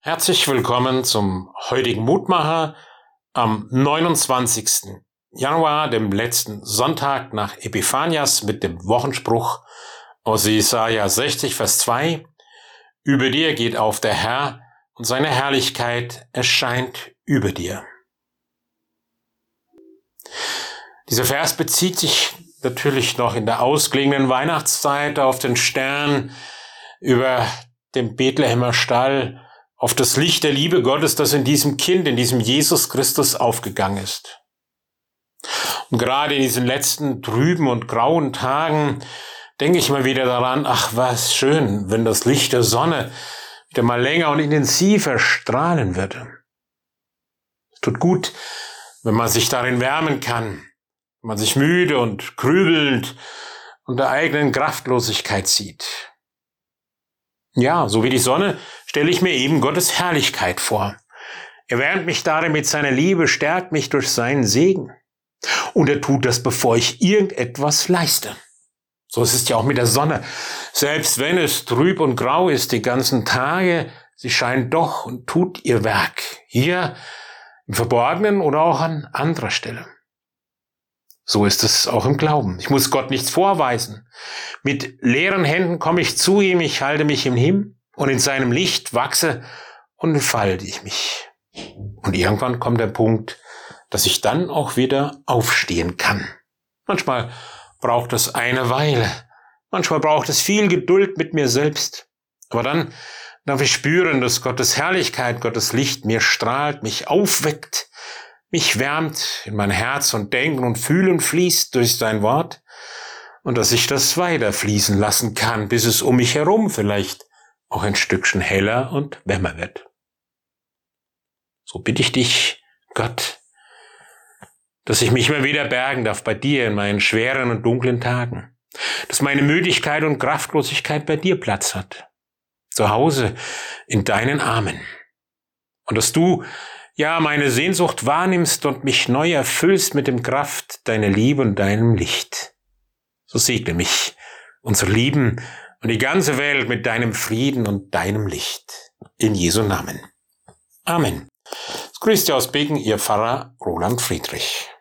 Herzlich willkommen zum heutigen Mutmacher am 29. Januar, dem letzten Sonntag nach Epiphanias, mit dem Wochenspruch aus Jesaja 60, Vers 2. Über dir geht auf der Herr und seine Herrlichkeit erscheint über dir. Dieser Vers bezieht sich natürlich noch in der ausklingenden Weihnachtszeit auf den Stern über dem Bethlehemer Stall, auf das Licht der Liebe Gottes, das in diesem Kind, in diesem Jesus Christus aufgegangen ist. Und gerade in diesen letzten trüben und grauen Tagen denke ich mal wieder daran, ach, was schön, wenn das Licht der Sonne wieder mal länger und intensiver strahlen würde. Es tut gut, wenn man sich darin wärmen kann, wenn man sich müde und grübelnd und der eigenen Kraftlosigkeit sieht. Ja, so wie die Sonne stelle ich mir eben Gottes Herrlichkeit vor. Er wärmt mich darin mit seiner Liebe, stärkt mich durch seinen Segen. Und er tut das, bevor ich irgendetwas leiste. So ist es ja auch mit der Sonne. Selbst wenn es trüb und grau ist die ganzen Tage, sie scheint doch und tut ihr Werk. Hier im Verborgenen oder auch an anderer Stelle. So ist es auch im Glauben. Ich muss Gott nichts vorweisen. Mit leeren Händen komme ich zu ihm, ich halte mich in ihm und in seinem Licht wachse und entfalte ich mich. Und irgendwann kommt der Punkt, dass ich dann auch wieder aufstehen kann. Manchmal braucht es eine Weile. Manchmal braucht es viel Geduld mit mir selbst. Aber dann darf ich spüren, dass Gottes Herrlichkeit, Gottes Licht mir strahlt, mich aufweckt, mich wärmt, in mein Herz und Denken und Fühlen fließt durch sein Wort und dass ich das weiter fließen lassen kann, bis es um mich herum vielleicht auch ein Stückchen heller und wärmer wird. So bitte ich dich, Gott, dass ich mich immer wieder bergen darf bei dir in meinen schweren und dunklen Tagen, dass meine Müdigkeit und Kraftlosigkeit bei dir Platz hat, zu Hause in deinen Armen und dass du ja meine Sehnsucht wahrnimmst und mich neu erfüllst mit dem Kraft deiner Liebe und deinem Licht. So segne mich, unsere Lieben und die ganze Welt mit deinem Frieden und deinem Licht. In Jesu Namen. Amen. Es grüßt dir aus Begen, Ihr Pfarrer Roland Friedrich.